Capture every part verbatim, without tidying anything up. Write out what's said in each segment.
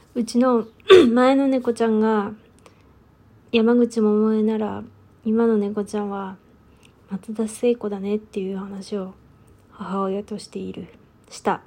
うちの前の猫ちゃんが山口百恵なら、今の猫ちゃんは松田聖子だねっていう話を母親としているした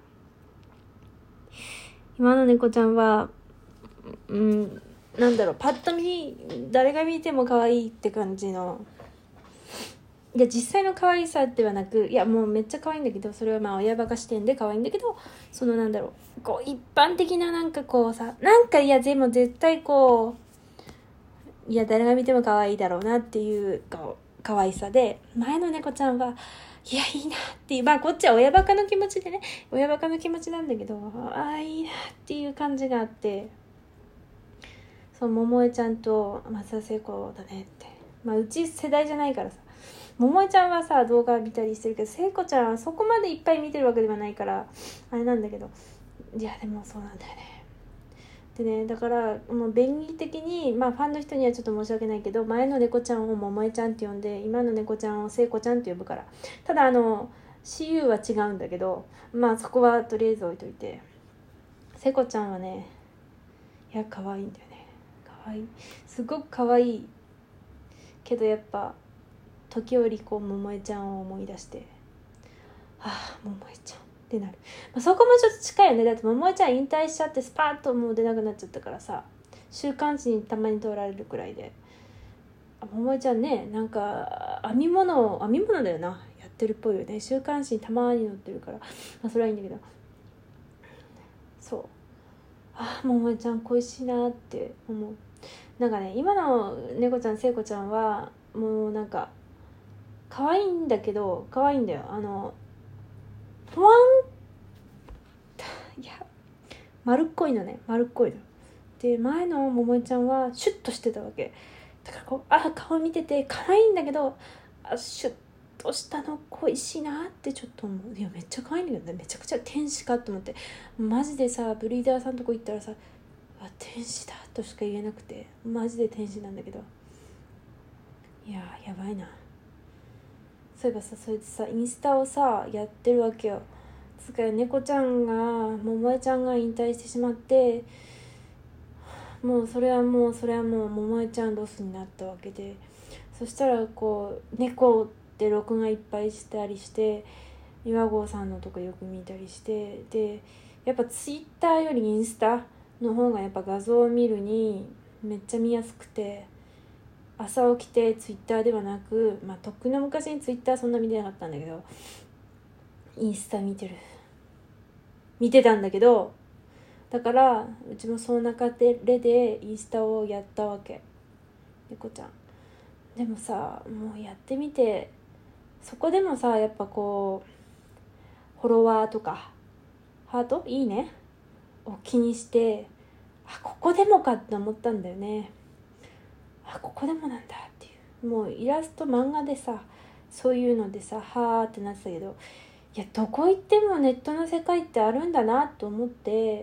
今の猫ちゃんは、うん、なんだろう、パッと見誰が見ても可愛いって感じの、いや実際の可愛さではなく、いやもうめっちゃ可愛いんだけど、それはまあ親バカ視点で可愛いんだけど、そのなんだろう、こう一般的ななんかこうさ、なんかいやでも絶対こう、いや誰が見ても可愛いだろうなっていうこう可愛さで、前の猫ちゃんはいやいいなっていう、まあこっちは親バカの気持ちでね、親バカの気持ちなんだけど、ああいいなっていう感じがあって、そう桃江ちゃんと松田聖子だねって、まあうち世代じゃないからさ、桃江ちゃんはさ動画見たりしてるけど、聖子ちゃんはそこまでいっぱい見てるわけではないからあれなんだけど、いやでもそうなんだよね。でね、だからもう便宜的に、まあファンの人にはちょっと申し訳ないけど、前の猫ちゃんを桃江ちゃんって呼んで、今の猫ちゃんを聖子ちゃんって呼ぶから。ただあの シーユー は違うんだけど、まあそこはとりあえず置いといて、聖子ちゃんはね、いや可愛いんだよね。可愛い、すごく可愛いけど、やっぱ時折こう桃江ちゃんを思い出して、ああ桃江ちゃんってなる、まあ、そこもちょっと近いよね。だって桃江ちゃん引退しちゃってスパーッともう出なくなっちゃったからさ、週刊誌にたまに撮られるくらいで、桃江ちゃんね、なんか編み物編み物だよな、やってるっぽいよね。週刊誌にたまに載ってるから、まあ、それはいいんだけど、そう、ああ桃江ちゃん恋しいなって思う。なんかね、今の猫ちゃん聖子ちゃんはもうなんか可愛いんだけど、可愛いんだよ、あのふわん、いや丸っこいのね、丸っこいので、前の桃江ちゃんはシュッとしてたわけだから、こうあ顔見てて可愛いんだけど、あシュッとしたの恋しいなってちょっと思う。いやめっちゃ可愛いんだけどね、めちゃくちゃ天使かと思って、マジでさブリーダーさんとこ行ったらさ、あ天使だとしか言えなくて、マジで天使なんだけど、いややばいな。そういえばさ、それでさインスタをさやってるわけよ。つか猫ちゃんが桃江ちゃんが引退してしまって、もうそれはもうそれはもう桃江ちゃんロスになったわけで、そしたらこう猫って録画いっぱいしたりして、岩合さんのとかよく見たりして、でやっぱツイッターよりインスタの方がやっぱ画像を見るにめっちゃ見やすくて、朝起きてツイッターではなく、まあとっくの昔にツイッターそんな見てなかったんだけど、インスタ見てる見てたんだけど、だからうちもその中ででインスタをやったわけ、猫ちゃん。でもさもうやってみて、そこでもさやっぱこうフォロワーとかハートいいねを気にして、あここでもかって思ったんだよね。あここでもなんだっていう、もうイラスト漫画でさそういうのでさはーってなってたけど、いやどこ行ってもネットの世界ってあるんだなと思って、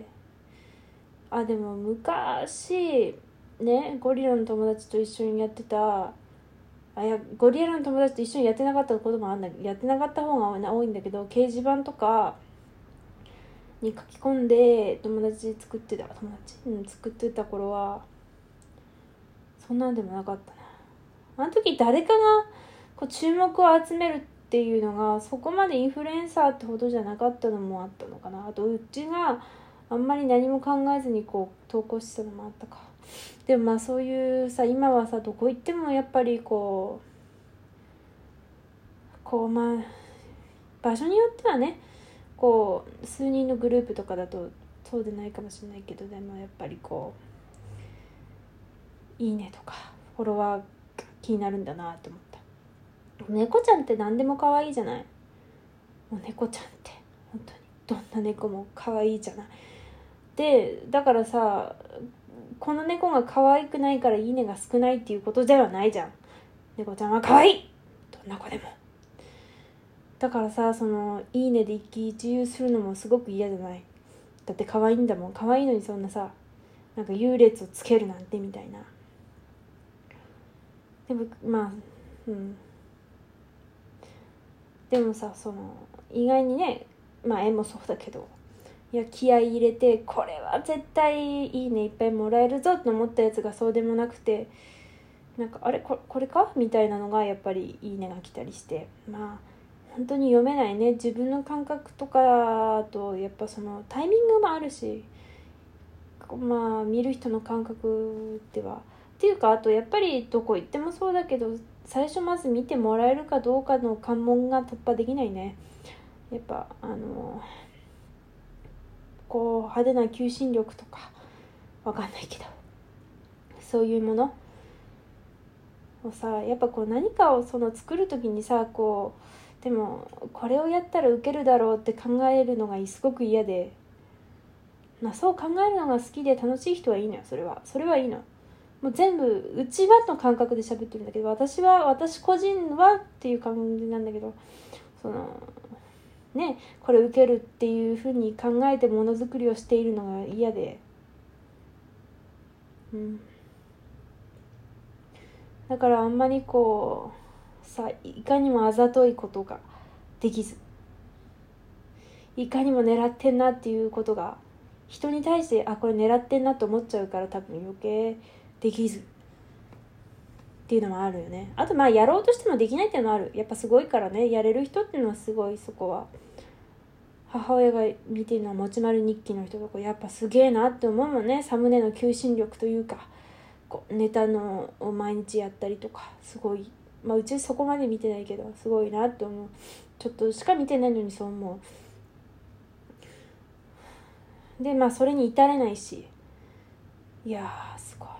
あでも昔ねゴリラの友達と一緒にやってた、あいやゴリラの友達と一緒にやってなかったこともあんだけど、やってなかった方が多いんだけど、掲示板とかに書き込んで友達作ってた友達、うん、作ってた頃はそんなんでもなかったな。あの時誰かがこう注目を集めるっていうのがそこまでインフルエンサーってほどじゃなかったのもあったのかな。あとうちがあんまり何も考えずにこう投稿してたのもあったか。でもまあそういうさ、今はさどこ行ってもやっぱりこうこうまあ場所によってはね、こう数人のグループとかだとそうでないかもしれないけど、でもやっぱりこういいねとかフォロワーが気になるんだなって思った。猫ちゃんって何でも可愛いじゃない。もう猫ちゃんって本当にどんな猫も可愛いじゃない。でだからさ、この猫が可愛くないからいいねが少ないっていうことではないじゃん。猫ちゃんは可愛い、どんな子でも。だからさ、そのいいねで一喜一憂するのもすごく嫌じゃない。だって可愛いんだもん。可愛いのにそんなさなんか優劣をつけるなんてみたいな。でもまあうんでもさ、その意外にね、まあ絵もそうだけどいや気合い入れてこれは絶対いいねいっぱいもらえるぞと思ったやつがそうでもなくて、なんかあれ こ, これかみたいなのがやっぱりいいねが来たりして、まあ本当に読めないね。自分の感覚とかとやっぱそのタイミングもあるし、まあ見る人の感覚ではっていうか、あとやっぱりどこ行ってもそうだけど、最初まず見てもらえるかどうかの関門が突破できないね。やっぱあのこう派手な求心力とかわかんないけど、そういうものをさ、やっぱこう何かをその作る時にさ、こうでもこれをやったらウケるだろうって考えるのがすごく嫌で、まあそう考えるのが好きで楽しい人はいいのよ。それはそれはいいの。もう全部うちはの感覚で喋ってるんだけど、私は私個人はっていう感じなんだけど、そのねこれ受けるっていうふうに考えてものづくりをしているのが嫌で、うんだからあんまりこうさ、いかにもあざといことができず、いかにも狙ってんなっていうことが人に対してあこれ狙ってんなと思っちゃうから、多分余計できずっていうのもあるよね。あとまあやろうとしてもできないっていうのもある。やっぱすごいからね、やれる人っていうのはすごい。そこは母親が見てるのは持ち丸日記の人とかやっぱすげえなって思うもんね。サムネの求心力というか、こうネタのを毎日やったりとか、すごい。まあうちそこまで見てないけどすごいなって思う。ちょっとしか見てないのにそう思う。でまあそれに至れないし、いやーすごい、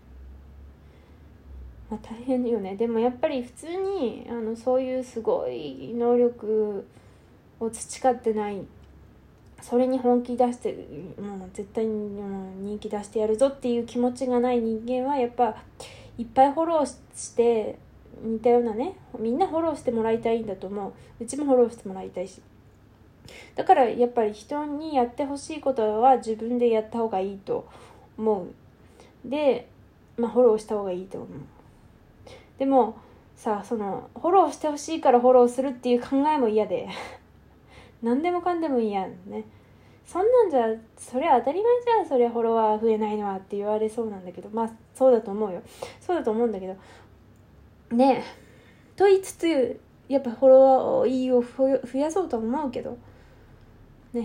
まあ、大変よね。でもやっぱり普通にあのそういうすごい能力を培ってない、それに本気出してもう絶対にもう人気出してやるぞっていう気持ちがない人間はやっぱいっぱいフォローして似たようなね、みんなフォローしてもらいたいんだと思う。うちもフォローしてもらいたいし、だからやっぱり人にやってほしいことは自分でやった方がいいと思う。でまあフォローした方がいいと思う。でもさ、そのフォローしてほしいからフォローするっていう考えも嫌で何でもかんでも嫌ね。そんなんじゃそりゃ当たり前じゃん、そりゃフォロワー増えないのはって言われそうなんだけど、まあそうだと思うよ。そうだと思うんだけどねえ、と言いつつやっぱフォロワーを増やそうと思うけどね、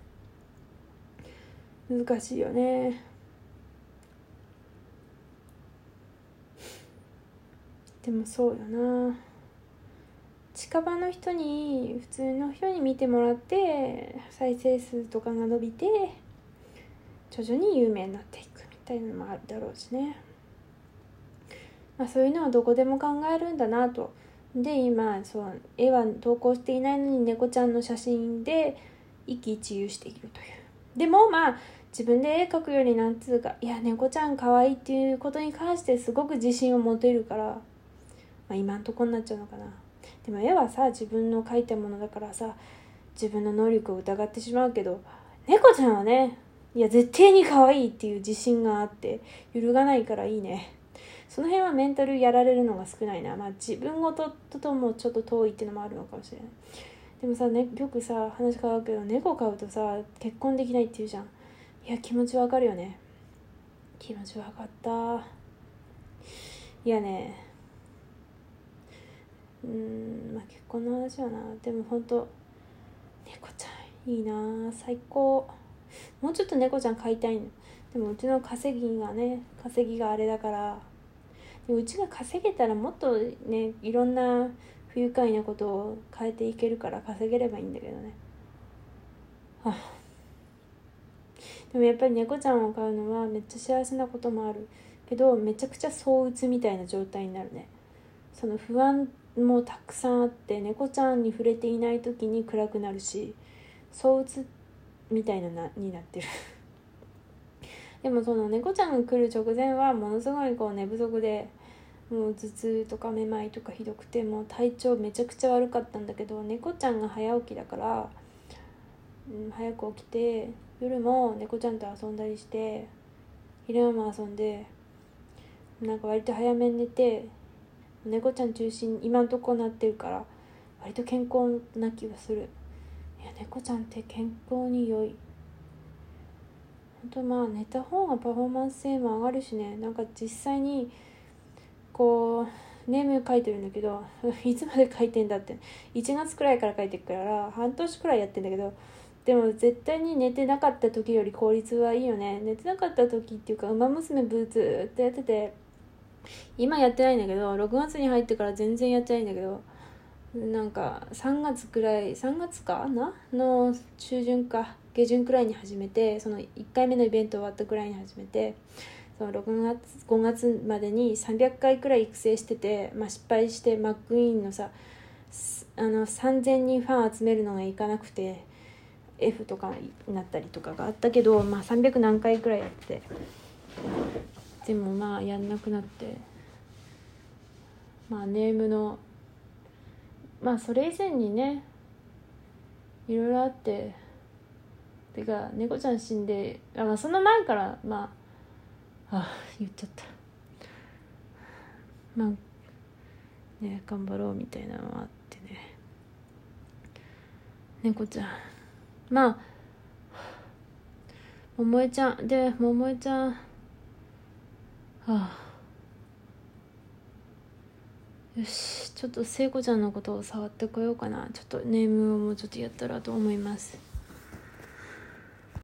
難しいよね。でもそうよな、近場の人に普通の人に見てもらって再生数とかが伸びて徐々に有名になっていくみたいなのもあるだろうしね。まあそういうのはどこでも考えるんだなと。で今そう絵は投稿していないのに猫ちゃんの写真で一喜一憂しているという。でもまあ自分で絵描くよりなんつうか、いや猫ちゃん可愛いっていうことに関してすごく自信を持てるから、まあ、今んとこになっちゃうのかな。でも絵はさ自分の描いたものだからさ、自分の能力を疑ってしまうけど、猫ちゃんはね、いや絶対に可愛いっていう自信があって揺るがないからいいね。その辺はメンタルやられるのが少ないな。まあ自分ごとともちょっと遠いっていうのもあるのかもしれない。でもさ、ね、よくさ話変わるけど、猫飼うとさ結婚できないって言うじゃん。いや気持ちわかるよね。気持ちわかった。いやね、うーんまあ結婚の話はな、でもほんと猫ちゃんいいな、最高。もうちょっと猫ちゃん飼いたいの。でもうちの稼ぎがね稼ぎがあれだから、でうちが稼げたらもっとねいろんな不愉快なことを変えていけるから稼げればいいんだけどね、はあ、でもやっぱり猫ちゃんを飼うのはめっちゃ幸せなこともあるけど、めちゃくちゃ躁鬱みたいな状態になるね。その不安もたくさんあって、猫ちゃんに触れていない時に暗くなるし躁鬱みたいななになってるでもその猫ちゃんが来る直前はものすごいこう寝不足で、もう頭痛とかめまいとかひどくて、もう体調めちゃくちゃ悪かったんだけど、猫ちゃんが早起きだから、うん、早く起きて夜も猫ちゃんと遊んだりして昼間も遊んで、なんか割と早めに寝て猫ちゃん中心に今んとこなってるから割と健康な気がする。いや猫ちゃんって健康に良い。 本当まあ寝た方がパフォーマンス性も上がるしね。なんか実際にこうネーム書いてるんだけどいつまで書いてんだって、いちがつくらいから書いてるから半年くらいやってんだけど、でも絶対に寝てなかった時より効率はいいよね。寝てなかった時っていうか、ウマ娘ブーずーっとやってて、今やってないんだけど、ろくがつに入ってから全然やってないんだけど、なんかさんがつくらいさんがつかなの中旬か下旬くらいに始めて、そのいっかいめのイベント終わったくらいに始めて、そのろくがつごがつまでにさんびゃっかいくらい育成してて、まあ、失敗してマックイーンのさあのさんぜんにんファン集めるのがいかなくて F とかになったりとかがあったけど、まあ、さんびゃく何回くらいやって、でもまあやんなくなって、まあネームのまあそれ以前にねいろいろあって、てか猫ちゃん死んで、あ、まあ、その前からまああ言っちゃったまあね頑張ろうみたいなのもあってね、猫ちゃんまあ桃江ちゃんで桃江ちゃんはあ、よしちょっと聖子ちゃんのことを触ってこようかな。ちょっとネームをもうちょっとやったらと思います。